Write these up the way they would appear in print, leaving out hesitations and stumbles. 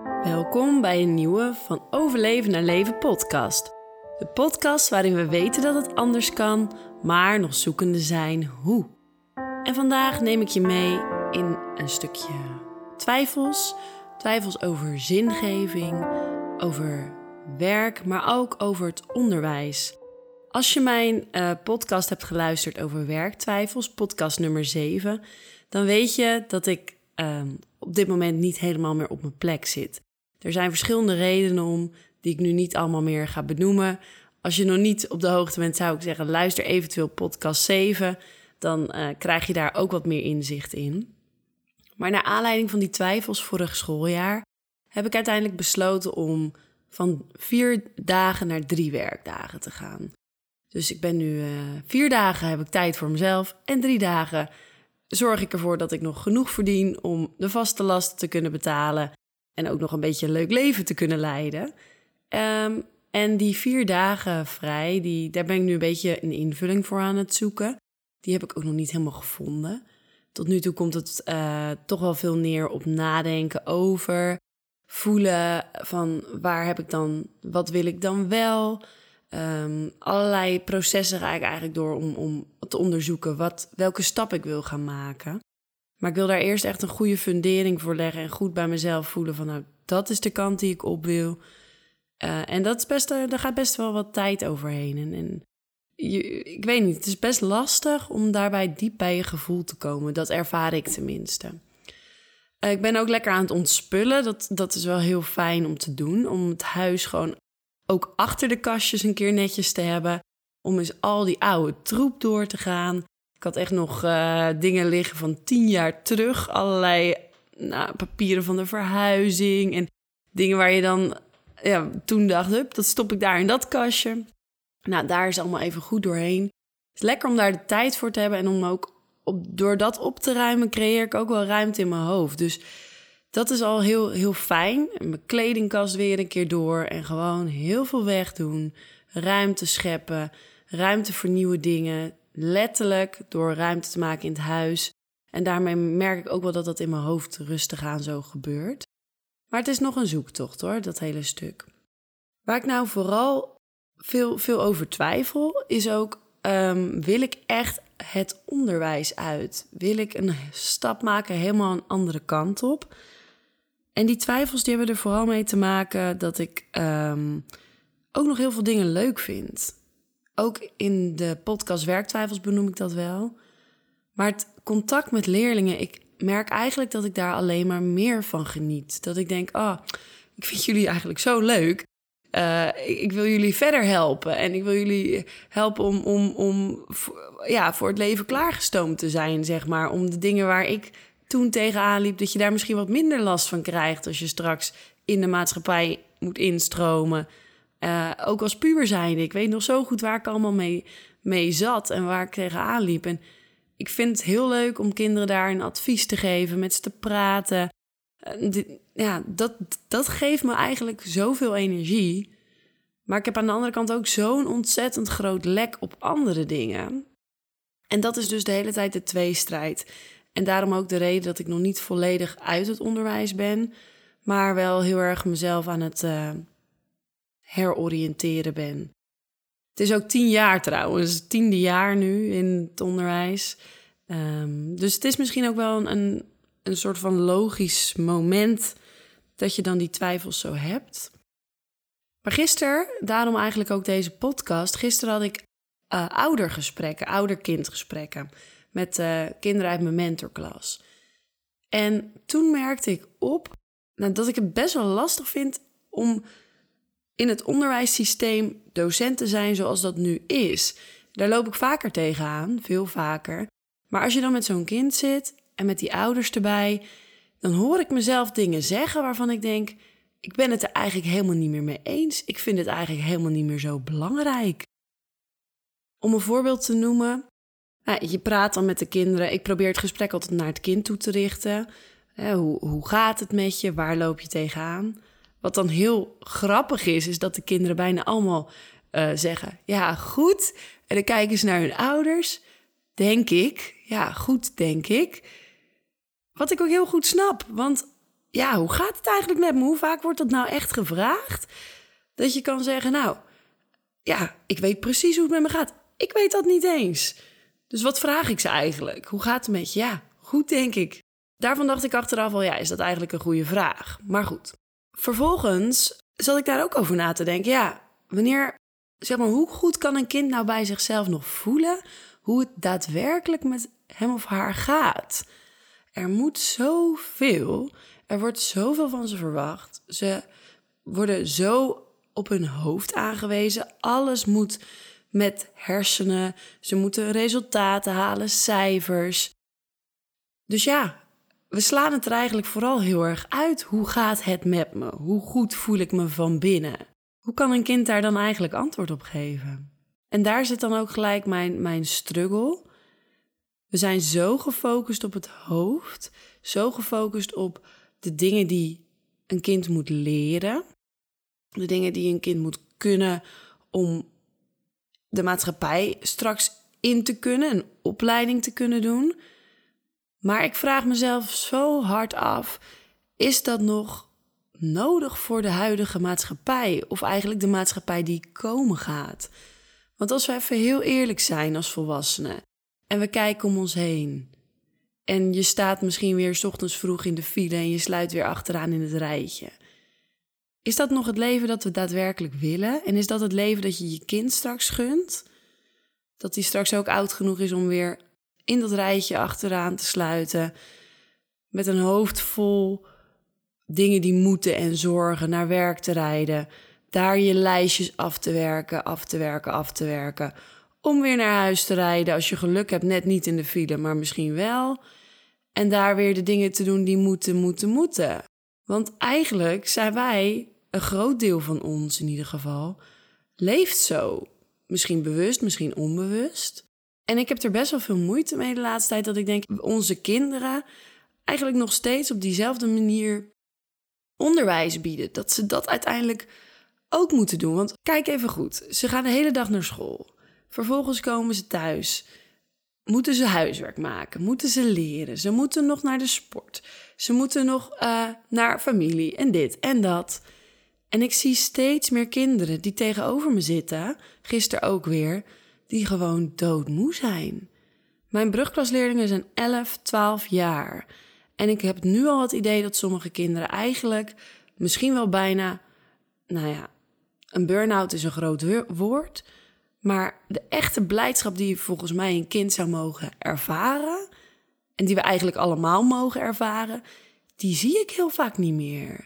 Welkom bij een nieuwe Van Overleven naar Leven podcast. De podcast waarin we weten dat het anders kan, maar nog zoekende zijn hoe. En vandaag neem ik je mee in een stukje twijfels. Twijfels over zingeving, over werk, maar ook over het onderwijs. Als je mijn podcast hebt geluisterd over werktwijfels, podcast nummer 7... dan weet je dat ik op dit moment niet helemaal meer op mijn plek zit. Er zijn verschillende redenen om, die ik nu niet allemaal meer ga benoemen. Als je nog niet op de hoogte bent, zou ik zeggen, luister eventueel podcast 7. Dan krijg je daar ook wat meer inzicht in. Maar naar aanleiding van die twijfels vorig schooljaar heb ik uiteindelijk besloten om van 4 dagen naar 3 werkdagen te gaan. Dus ik ben nu 4 dagen heb ik tijd voor mezelf en 3 dagen zorg ik ervoor dat ik nog genoeg verdien om de vaste lasten te kunnen betalen en ook nog een beetje een leuk leven te kunnen leiden. En die 4 dagen vrij, daar ben ik nu een beetje een invulling voor aan het zoeken. Die heb ik ook nog niet helemaal gevonden. Tot nu toe komt het toch wel veel neer op nadenken over, voelen van wat wil ik dan wel. Allerlei processen ga ik eigenlijk door om te onderzoeken welke stap ik wil gaan maken. Maar ik wil daar eerst echt een goede fundering voor leggen en goed bij mezelf voelen van nou, dat is de kant die ik op wil. En daar gaat best wel wat tijd overheen. Ik weet niet, het is best lastig om daarbij diep bij je gevoel te komen. Dat ervaar ik tenminste. Ik ben ook lekker aan het ontspullen. Dat is wel heel fijn om te doen. Om het huis gewoon ook achter de kastjes een keer netjes te hebben. Om eens al die oude troep door te gaan. Ik had echt nog dingen liggen van 10 jaar terug. Allerlei papieren van de verhuizing. En dingen waar je dan toen dacht, dat stop ik daar in dat kastje. Nou, daar is allemaal even goed doorheen. Het is lekker om daar de tijd voor te hebben. En om ook door dat op te ruimen, creëer ik ook wel ruimte in mijn hoofd. Dus dat is al heel, heel fijn. En mijn kledingkast weer een keer door. En gewoon heel veel wegdoen. Ruimte scheppen. Ruimte voor nieuwe dingen. Letterlijk door ruimte te maken in het huis. En daarmee merk ik ook wel dat in mijn hoofd rustig aan zo gebeurt. Maar het is nog een zoektocht hoor, dat hele stuk. Waar ik nou vooral veel over twijfel, is ook, wil ik echt het onderwijs uit? Wil ik een stap maken helemaal een andere kant op? En die twijfels die hebben er vooral mee te maken dat ik ook nog heel veel dingen leuk vind. Ook in de podcast Werktwijfels benoem ik dat wel. Maar het contact met leerlingen, ik merk eigenlijk dat ik daar alleen maar meer van geniet. Dat ik denk, ik vind jullie eigenlijk zo leuk. Ik wil jullie verder helpen. En ik wil jullie helpen om voor het leven klaargestoomd te zijn, zeg maar. Om de dingen waar ik toen tegenaan liep, dat je daar misschien wat minder last van krijgt als je straks in de maatschappij moet instromen. Ook als puber zijnde. Ik weet nog zo goed waar ik allemaal mee zat en waar ik tegenaan liep. En ik vind het heel leuk om kinderen daar een advies te geven, met ze te praten. Dat geeft me eigenlijk zoveel energie. Maar ik heb aan de andere kant ook zo'n ontzettend groot lek op andere dingen. En dat is dus de hele tijd de tweestrijd. En daarom ook de reden dat ik nog niet volledig uit het onderwijs ben, maar wel heel erg mezelf aan het heroriënteren ben. Het is ook 10 jaar trouwens, 10e jaar nu in het onderwijs. Dus het is misschien ook wel een soort van logisch moment dat je dan die twijfels zo hebt. Maar gisteren, daarom eigenlijk ook deze podcast, gisteren had ik ouder-kindgesprekken met kinderen uit mijn mentorklas. En toen merkte ik op dat ik het best wel lastig vind om in het onderwijssysteem docent te zijn zoals dat nu is. Daar loop ik vaker tegenaan, veel vaker. Maar als je dan met zo'n kind zit en met die ouders erbij, dan hoor ik mezelf dingen zeggen waarvan ik denk, ik ben het er eigenlijk helemaal niet meer mee eens. Ik vind het eigenlijk helemaal niet meer zo belangrijk. Om een voorbeeld te noemen, je praat dan met de kinderen. Ik probeer het gesprek altijd naar het kind toe te richten. Hoe gaat het met je? Waar loop je tegenaan? Wat dan heel grappig is dat de kinderen bijna allemaal zeggen, ja, goed. En dan kijken ze naar hun ouders. Denk ik. Ja, goed, denk ik. Wat ik ook heel goed snap. Want ja, hoe gaat het eigenlijk met me? Hoe vaak wordt dat nou echt gevraagd? Dat je kan zeggen, nou, ja, ik weet precies hoe het met me gaat. Ik weet dat niet eens. Dus wat vraag ik ze eigenlijk? Hoe gaat het met je? Ja, goed, denk ik. Daarvan dacht ik achteraf al, ja, is dat eigenlijk een goede vraag? Maar goed. Vervolgens zat ik daar ook over na te denken. Ja, hoe goed kan een kind nou bij zichzelf nog voelen hoe het daadwerkelijk met hem of haar gaat? Er moet zoveel, er wordt zoveel van ze verwacht. Ze worden zo op hun hoofd aangewezen. Alles moet met hersenen. Ze moeten resultaten halen, cijfers. Dus ja, we slaan het er eigenlijk vooral heel erg uit. Hoe gaat het met me? Hoe goed voel ik me van binnen? Hoe kan een kind daar dan eigenlijk antwoord op geven? En daar zit dan ook gelijk mijn struggle. We zijn zo gefocust op het hoofd. Zo gefocust op de dingen die een kind moet leren. De dingen die een kind moet kunnen om de maatschappij straks in te kunnen. Een opleiding te kunnen doen. Maar ik vraag mezelf zo hard af, is dat nog nodig voor de huidige maatschappij? Of eigenlijk de maatschappij die komen gaat? Want als we even heel eerlijk zijn als volwassenen en we kijken om ons heen en je staat misschien weer 's ochtends vroeg in de file en je sluit weer achteraan in het rijtje. Is dat nog het leven dat we daadwerkelijk willen? En is dat het leven dat je je kind straks gunt? Dat die straks ook oud genoeg is om weer in dat rijtje achteraan te sluiten, met een hoofd vol dingen die moeten en zorgen, naar werk te rijden, daar je lijstjes af te werken, om weer naar huis te rijden als je geluk hebt, net niet in de file, maar misschien wel, en daar weer de dingen te doen die moeten. Want eigenlijk zijn wij, een groot deel van ons in ieder geval, leeft zo. Misschien bewust, misschien onbewust. En ik heb er best wel veel moeite mee de laatste tijd, dat ik denk, onze kinderen eigenlijk nog steeds op diezelfde manier onderwijs bieden. Dat ze dat uiteindelijk ook moeten doen. Want kijk even goed, ze gaan de hele dag naar school. Vervolgens komen ze thuis. Moeten ze huiswerk maken? Moeten ze leren? Ze moeten nog naar de sport. Ze moeten nog naar familie en dit en dat. En ik zie steeds meer kinderen die tegenover me zitten, gisteren ook weer, die gewoon doodmoe zijn. Mijn brugklasleerlingen zijn 11, 12 jaar. En ik heb nu al het idee dat sommige kinderen eigenlijk misschien wel bijna, een burn-out is een groot woord, maar de echte blijdschap die volgens mij een kind zou mogen ervaren, en die we eigenlijk allemaal mogen ervaren, die zie ik heel vaak niet meer.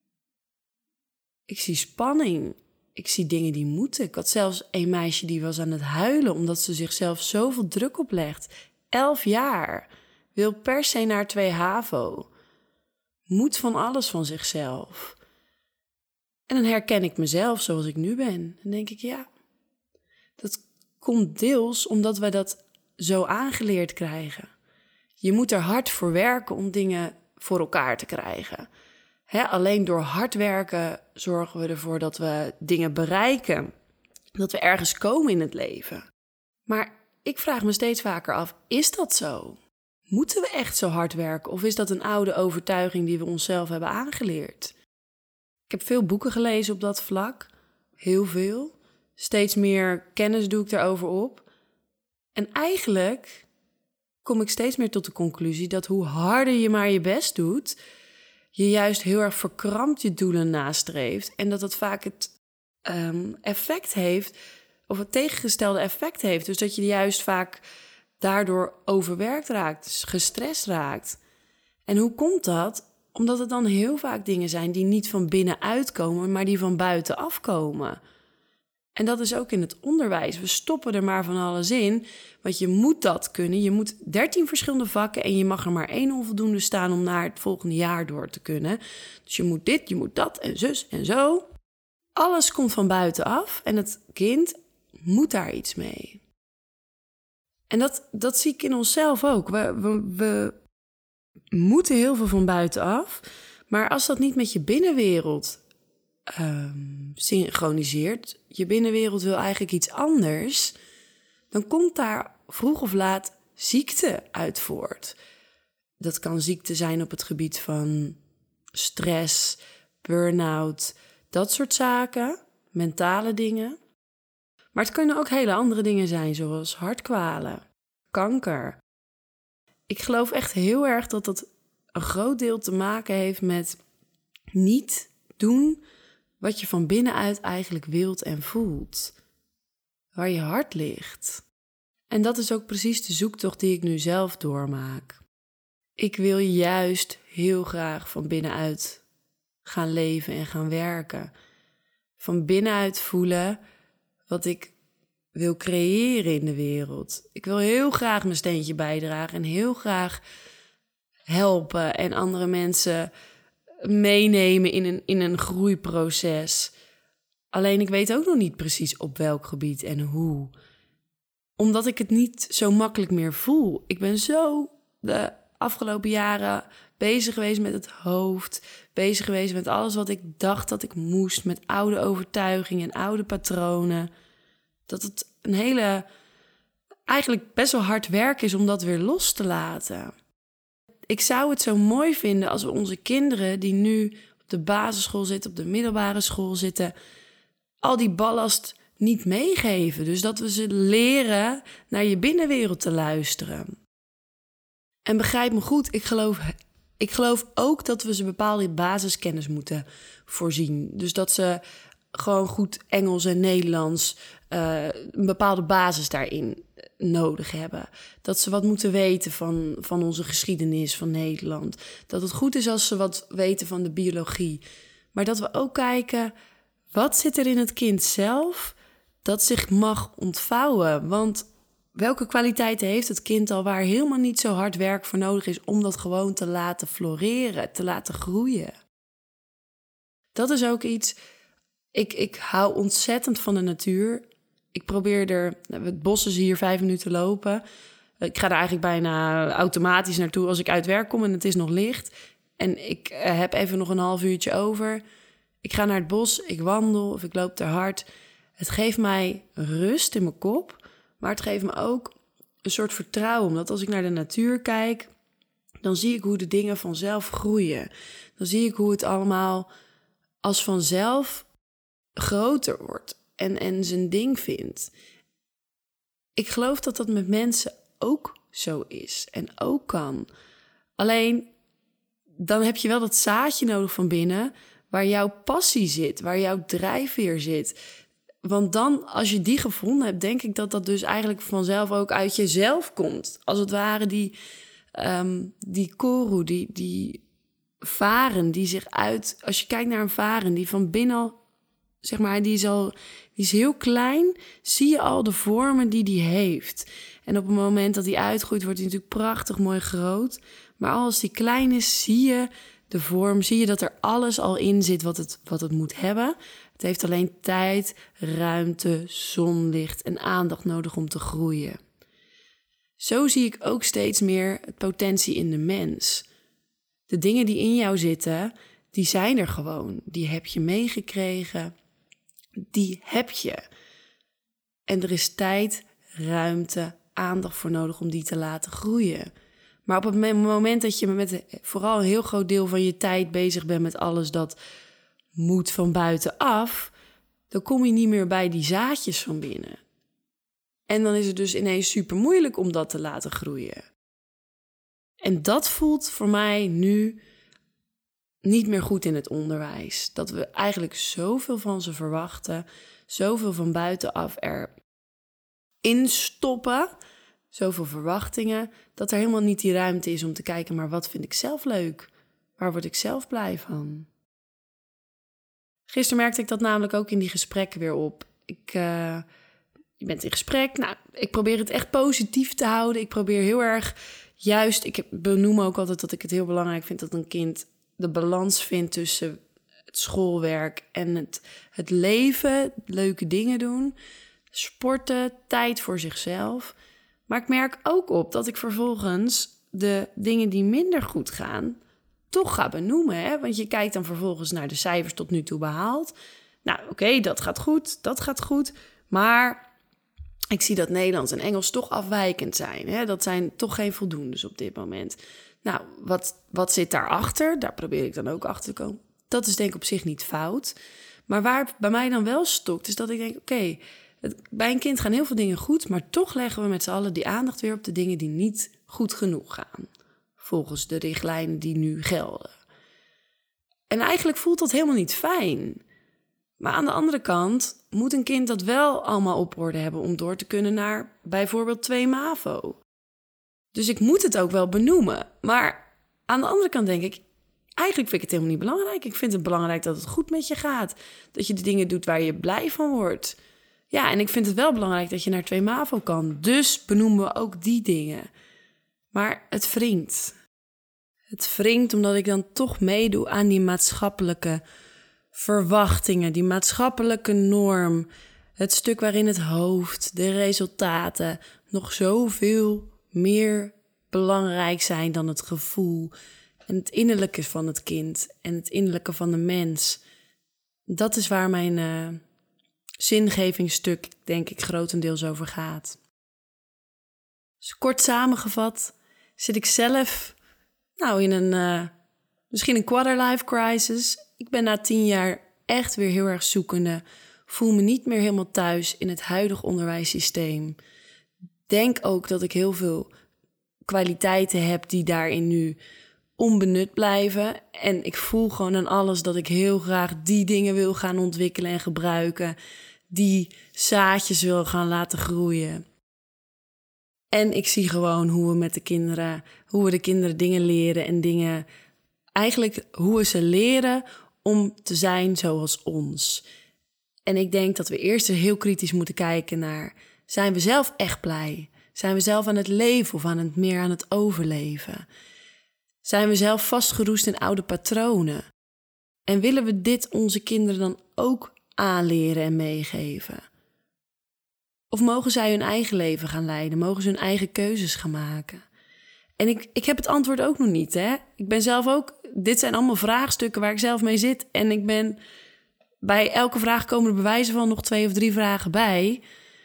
Ik zie spanning. Ik zie dingen die moeten. Ik had zelfs een meisje die was aan het huilen omdat ze zichzelf zoveel druk oplegt. 11 jaar. Wil per se naar 2 HAVO. Moet van alles van zichzelf. En dan herken ik mezelf zoals ik nu ben. Dan denk ik, ja, dat komt deels omdat wij dat zo aangeleerd krijgen. Je moet er hard voor werken om dingen voor elkaar te krijgen. Alleen door hard werken zorgen we ervoor dat we dingen bereiken. Dat we ergens komen in het leven. Maar ik vraag me steeds vaker af, is dat zo? Moeten we echt zo hard werken? Of is dat een oude overtuiging die we onszelf hebben aangeleerd? Ik heb veel boeken gelezen op dat vlak. Heel veel. Steeds meer kennis doe ik daarover op. En eigenlijk kom ik steeds meer tot de conclusie dat hoe harder je maar je best doet, je juist heel erg verkrampt je doelen nastreeft. En dat het vaak het effect heeft, of het tegengestelde effect heeft. Dus dat je juist vaak daardoor overwerkt raakt, gestrest raakt. En hoe komt dat? Omdat het dan heel vaak dingen zijn die niet van binnenuit komen, maar die van buitenaf komen. En dat is ook in het onderwijs. We stoppen er maar van alles in, want je moet dat kunnen. Je moet 13 verschillende vakken en je mag er maar 1 onvoldoende staan om naar het volgende jaar door te kunnen. Dus je moet dit, je moet dat en zus en zo. Alles komt van buitenaf en het kind moet daar iets mee. En dat zie ik in onszelf ook. We moeten heel veel van buitenaf, maar als dat niet met je binnenwereld synchroniseert, je binnenwereld wil eigenlijk iets anders, dan komt daar vroeg of laat ziekte uit voort. Dat kan ziekte zijn op het gebied van stress, burn-out, dat soort zaken, mentale dingen. Maar het kunnen ook hele andere dingen zijn, zoals hartkwalen, kanker. Ik geloof echt heel erg dat dat een groot deel te maken heeft met niet doen wat je van binnenuit eigenlijk wilt en voelt. Waar je hart ligt. En dat is ook precies de zoektocht die ik nu zelf doormaak. Ik wil juist heel graag van binnenuit gaan leven en gaan werken. Van binnenuit voelen wat ik wil creëren in de wereld. Ik wil heel graag mijn steentje bijdragen en heel graag helpen en andere mensen meenemen in een groeiproces. Alleen ik weet ook nog niet precies op welk gebied en hoe. Omdat ik het niet zo makkelijk meer voel. Ik ben zo de afgelopen jaren bezig geweest met het hoofd. Bezig geweest met alles wat ik dacht dat ik moest. Met oude overtuigingen en oude patronen. Dat het eigenlijk best wel hard werk is om dat weer los te laten. Ik zou het zo mooi vinden als we onze kinderen die nu op de basisschool zitten, op de middelbare school zitten, al die ballast niet meegeven. Dus dat we ze leren naar je binnenwereld te luisteren. En begrijp me goed, ik geloof ook dat we ze bepaalde basiskennis moeten voorzien. Dus dat ze gewoon goed Engels en Nederlands, een bepaalde basis daarin nodig hebben. Dat ze wat moeten weten van onze geschiedenis van Nederland. Dat het goed is als ze wat weten van de biologie. Maar dat we ook kijken, wat zit er in het kind zelf dat zich mag ontvouwen? Want welke kwaliteiten heeft het kind al waar helemaal niet zo hard werk voor nodig is om dat gewoon te laten floreren, te laten groeien? Dat is ook iets. Ik hou ontzettend van de natuur. Ik probeer het bos is hier 5 minuten lopen. Ik ga er eigenlijk bijna automatisch naartoe als ik uit werk kom en het is nog licht. En ik heb even nog een half uurtje over. Ik ga naar het bos, ik wandel of ik loop er hard. Het geeft mij rust in mijn kop, maar het geeft me ook een soort vertrouwen. Omdat als ik naar de natuur kijk, dan zie ik hoe de dingen vanzelf groeien. Dan zie ik hoe het allemaal als vanzelf groter wordt en zijn ding vindt. Ik geloof dat dat met mensen ook zo is en ook kan. Alleen, dan heb je wel dat zaadje nodig van binnen waar jouw passie zit, waar jouw drijfveer zit. Want dan, als je die gevonden hebt, denk ik dat dat dus eigenlijk vanzelf ook uit jezelf komt. Als het ware die koru, die varen die zich uit. Als je kijkt naar een varen die van binnen al, zeg maar, die is heel klein, zie je al de vormen die heeft. En op het moment dat die uitgroeit, wordt die natuurlijk prachtig mooi groot. Maar als die klein is, zie je de vorm, zie je dat er alles al in zit wat het moet hebben. Het heeft alleen tijd, ruimte, zonlicht en aandacht nodig om te groeien. Zo zie ik ook steeds meer het potentie in de mens. De dingen die in jou zitten, die zijn er gewoon. Die heb je meegekregen. Die heb je. En er is tijd, ruimte, aandacht voor nodig om die te laten groeien. Maar op het moment dat je met vooral een heel groot deel van je tijd bezig bent met alles dat moet van buitenaf, dan kom je niet meer bij die zaadjes van binnen. En dan is het dus ineens super moeilijk om dat te laten groeien. En dat voelt voor mij nu niet meer goed in het onderwijs. Dat we eigenlijk zoveel van ze verwachten, zoveel van buitenaf erin stoppen, zoveel verwachtingen, dat er helemaal niet die ruimte is om te kijken, maar wat vind ik zelf leuk? Waar word ik zelf blij van? Gisteren merkte ik dat namelijk ook in die gesprekken weer op. Je bent in gesprek. Nou, ik probeer het echt positief te houden. Ik probeer heel erg ik benoem ook altijd dat ik het heel belangrijk vind dat een kind de balans vindt tussen het schoolwerk en het leven, leuke dingen doen, sporten, tijd voor zichzelf. Maar ik merk ook op dat ik vervolgens de dingen die minder goed gaan toch ga benoemen. Hè? Want je kijkt dan vervolgens naar de cijfers tot nu toe behaald. Nou, oké, dat gaat goed. Maar ik zie dat Nederlands en Engels toch afwijkend zijn. Hè? Dat zijn toch geen voldoendes op dit moment. Nou, wat zit daarachter? Daar probeer ik dan ook achter te komen. Dat is denk ik op zich niet fout. Maar waar het bij mij dan wel stokt, is dat ik denk, oké, bij een kind gaan heel veel dingen goed, maar toch leggen we met z'n allen die aandacht weer op de dingen die niet goed genoeg gaan. Volgens de richtlijnen die nu gelden. En eigenlijk voelt dat helemaal niet fijn. Maar aan de andere kant moet een kind dat wel allemaal op orde hebben om door te kunnen naar bijvoorbeeld 2 MAVO. Dus ik moet het ook wel benoemen. Maar aan de andere kant denk ik, eigenlijk vind ik het helemaal niet belangrijk. Ik vind het belangrijk dat het goed met je gaat. Dat je de dingen doet waar je blij van wordt. Ja, en ik vind het wel belangrijk dat je naar 2 MAVO kan. Dus benoemen we ook die dingen. Maar het wringt. Het wringt omdat ik dan toch meedoe aan die maatschappelijke verwachtingen. Die maatschappelijke norm. Het stuk waarin het hoofd, de resultaten nog zoveel meer belangrijk zijn dan het gevoel en het innerlijke van het kind en het innerlijke van de mens. Dat is waar mijn zingevingsstuk, denk ik, grotendeels over gaat. Dus kort samengevat zit ik zelf in een misschien een quarterlife crisis. Ik ben na 10 jaar echt weer heel erg zoekende. Voel me niet meer helemaal thuis in het huidige onderwijssysteem. Denk ook dat ik heel veel kwaliteiten heb die daarin nu onbenut blijven. En ik voel gewoon aan alles dat ik heel graag die dingen wil gaan ontwikkelen en gebruiken. Die zaadjes wil gaan laten groeien. En ik zie gewoon hoe we de kinderen dingen leren en dingen, eigenlijk hoe we ze leren om te zijn zoals ons. En ik denk dat we eerst heel kritisch moeten kijken naar, zijn we zelf echt blij? Zijn we zelf aan het leven of meer aan het overleven? Zijn we zelf vastgeroest in oude patronen? En willen we dit onze kinderen dan ook aanleren en meegeven? Of mogen zij hun eigen leven gaan leiden? Mogen ze hun eigen keuzes gaan maken? En ik heb het antwoord ook nog niet, hè? Ik ben zelf ook, dit zijn allemaal vraagstukken waar ik zelf mee zit. En ik ben, bij elke vraag komen er bewijzen van nog 2 of 3 vragen bij.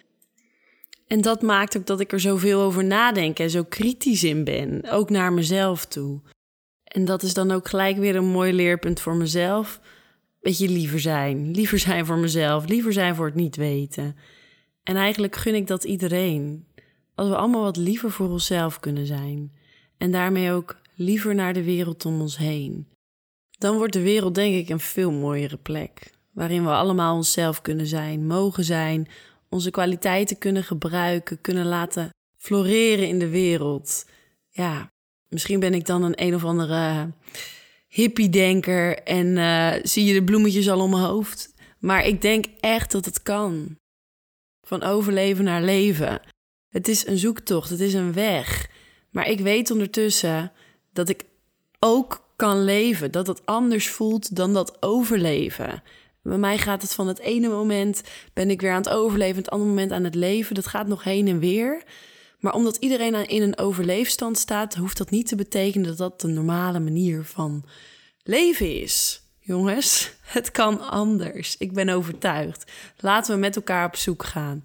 En dat maakt ook dat ik er zoveel over nadenk en zo kritisch in ben. Ook naar mezelf toe. En dat is dan ook gelijk weer een mooi leerpunt voor mezelf. Beetje liever zijn. Liever zijn voor mezelf. Liever zijn voor het niet weten. En eigenlijk gun ik dat iedereen. Als we allemaal wat liever voor onszelf kunnen zijn. En daarmee ook liever naar de wereld om ons heen. Dan wordt de wereld denk ik een veel mooiere plek. Waarin we allemaal onszelf kunnen zijn, mogen zijn. Onze kwaliteiten kunnen gebruiken, kunnen laten floreren in de wereld. Ja, misschien ben ik dan een of andere hippie-denker en zie je de bloemetjes al om mijn hoofd. Maar ik denk echt dat het kan. Van overleven naar leven. Het is een zoektocht, het is een weg. Maar ik weet ondertussen dat ik ook kan leven. Dat het anders voelt dan dat overleven. Bij mij gaat het van het ene moment ben ik weer aan het overleven, het andere moment aan het leven. Dat gaat nog heen en weer. Maar omdat iedereen in een overleefstand staat, hoeft dat niet te betekenen dat dat de normale manier van leven is. Jongens, het kan anders. Ik ben overtuigd. Laten we met elkaar op zoek gaan.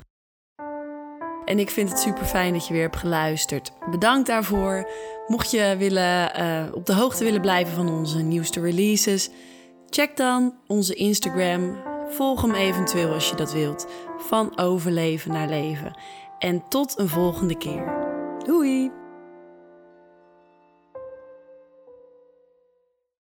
En ik vind het super fijn dat je weer hebt geluisterd. Bedankt daarvoor. Mocht je op de hoogte willen blijven van onze nieuwste releases, check dan onze Instagram. Volg hem eventueel als je dat wilt. Van overleven naar leven. En tot een volgende keer. Doei!